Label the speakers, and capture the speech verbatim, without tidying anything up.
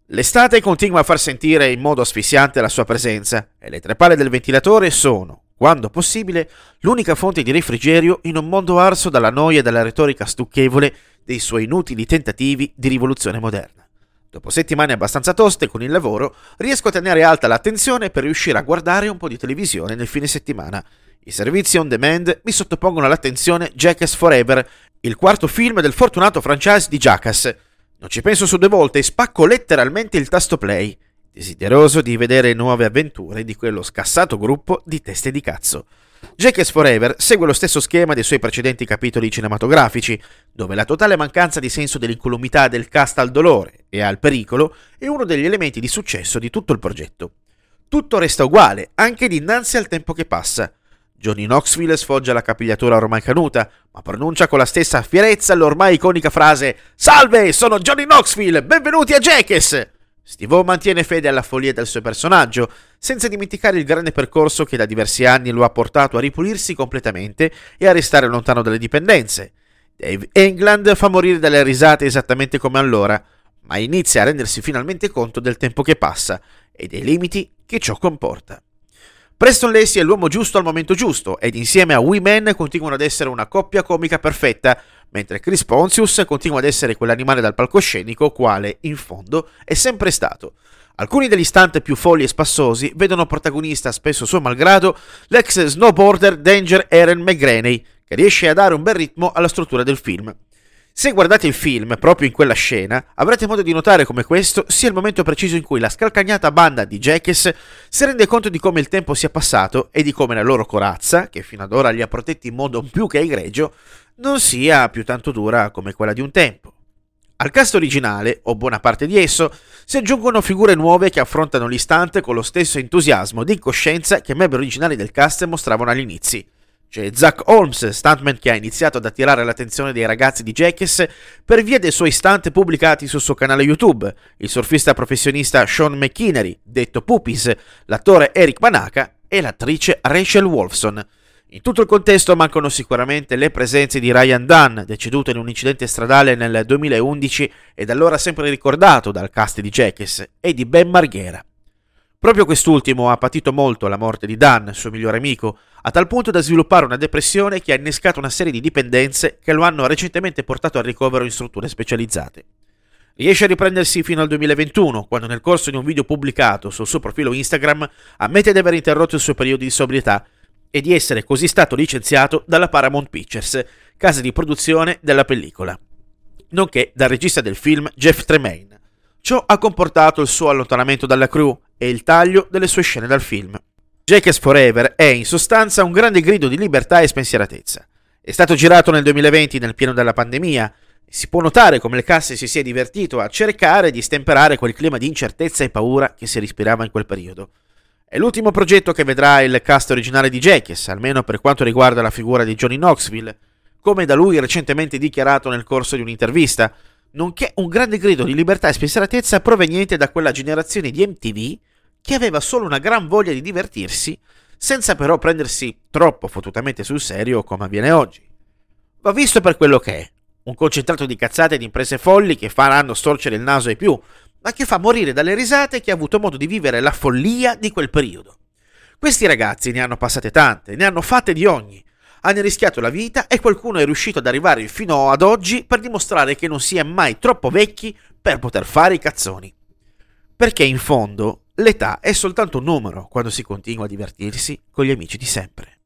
Speaker 1: L'estate continua a far sentire in modo asfissiante la sua presenza e le tre pale del ventilatore sono, quando possibile, l'unica fonte di refrigerio in un mondo arso dalla noia e dalla retorica stucchevole dei suoi inutili tentativi di rivoluzione moderna. Dopo settimane abbastanza toste con il lavoro, riesco a tenere alta l'attenzione per riuscire a guardare un po' di televisione nel fine settimana. I servizi on demand mi sottopongono all'attenzione Jackass Forever, il quarto film del fortunato franchise di Jackass. Non ci penso su due volte e spacco letteralmente il tasto play, desideroso di vedere nuove avventure di quello scassato gruppo di teste di cazzo. Jackass Forever segue lo stesso schema dei suoi precedenti capitoli cinematografici, dove la totale mancanza di senso dell'incolumità del cast al dolore e al pericolo è uno degli elementi di successo di tutto il progetto. Tutto resta uguale, anche dinanzi al tempo che passa. Johnny Knoxville sfoggia la capigliatura ormai canuta, ma pronuncia con la stessa fierezza l'ormai iconica frase «Salve, sono Johnny Knoxville, benvenuti a Jackass!». Steve-O mantiene fede alla follia del suo personaggio, senza dimenticare il grande percorso che da diversi anni lo ha portato a ripulirsi completamente e a restare lontano dalle dipendenze. Dave England fa morire dalle risate esattamente come allora, ma inizia a rendersi finalmente conto del tempo che passa e dei limiti che ciò comporta. Preston Lacey è l'uomo giusto al momento giusto ed insieme a Wee Man continuano ad essere una coppia comica perfetta, mentre Chris Pontius continua ad essere quell'animale dal palcoscenico quale, in fondo, è sempre stato. Alcuni degli stunt più folli e spassosi vedono protagonista, spesso suo malgrado, l'ex snowboarder Danger Aaron McGraney, che riesce a dare un bel ritmo alla struttura del film. Se guardate il film, proprio in quella scena, avrete modo di notare come questo sia il momento preciso in cui la scalcagnata banda di Jackass si rende conto di come il tempo sia passato e di come la loro corazza, che fino ad ora li ha protetti in modo più che egregio, non sia più tanto dura come quella di un tempo. Al cast originale, o buona parte di esso, si aggiungono figure nuove che affrontano l'istante con lo stesso entusiasmo ed incoscienza che i membri originali del cast mostravano agli inizi. C'è Zach Holmes, stuntman che ha iniziato ad attirare l'attenzione dei ragazzi di Jackass per via dei suoi stunt pubblicati sul suo canale YouTube, il surfista professionista Sean McKinney, detto Puppies, l'attore Eric Manaka e l'attrice Rachel Wolfson. In tutto il contesto mancano sicuramente le presenze di Ryan Dunn, deceduto in un incidente stradale nel duemilaundici e da allora sempre ricordato dal cast di Jackass, e di Ben Marghera. Proprio quest'ultimo ha patito molto la morte di Dan, suo migliore amico, a tal punto da sviluppare una depressione che ha innescato una serie di dipendenze che lo hanno recentemente portato al ricovero in strutture specializzate. Riesce a riprendersi fino al duemilaventuno, quando nel corso di un video pubblicato sul suo profilo Instagram ammette di aver interrotto il suo periodo di sobrietà e di essere così stato licenziato dalla Paramount Pictures, casa di produzione della pellicola, nonché dal regista del film Jeff Tremaine. Ciò ha comportato il suo allontanamento dalla crew e il taglio delle sue scene dal film. Jackass Forever è in sostanza un grande grido di libertà e spensieratezza. È stato girato nel duemilaventi nel pieno della pandemia e si può notare come il cast si sia divertito a cercare di stemperare quel clima di incertezza e paura che si respirava in quel periodo. È l'ultimo progetto che vedrà il cast originale di Jackass, almeno per quanto riguarda la figura di Johnny Knoxville, come da lui recentemente dichiarato nel corso di un'intervista, nonché un grande grido di libertà e spensieratezza proveniente da quella generazione di M T V che aveva solo una gran voglia di divertirsi, senza però prendersi troppo fottutamente sul serio come avviene oggi. Va visto per quello che è, un concentrato di cazzate e di imprese folli che faranno storcere il naso ai più, ma che fa morire dalle risate chi ha avuto modo di vivere la follia di quel periodo. Questi ragazzi ne hanno passate tante, ne hanno fatte di ogni, hanno rischiato la vita e qualcuno è riuscito ad arrivare fino ad oggi per dimostrare che non si è mai troppo vecchi per poter fare i cazzoni. Perché in fondo l'età è soltanto un numero quando si continua a divertirsi con gli amici di sempre.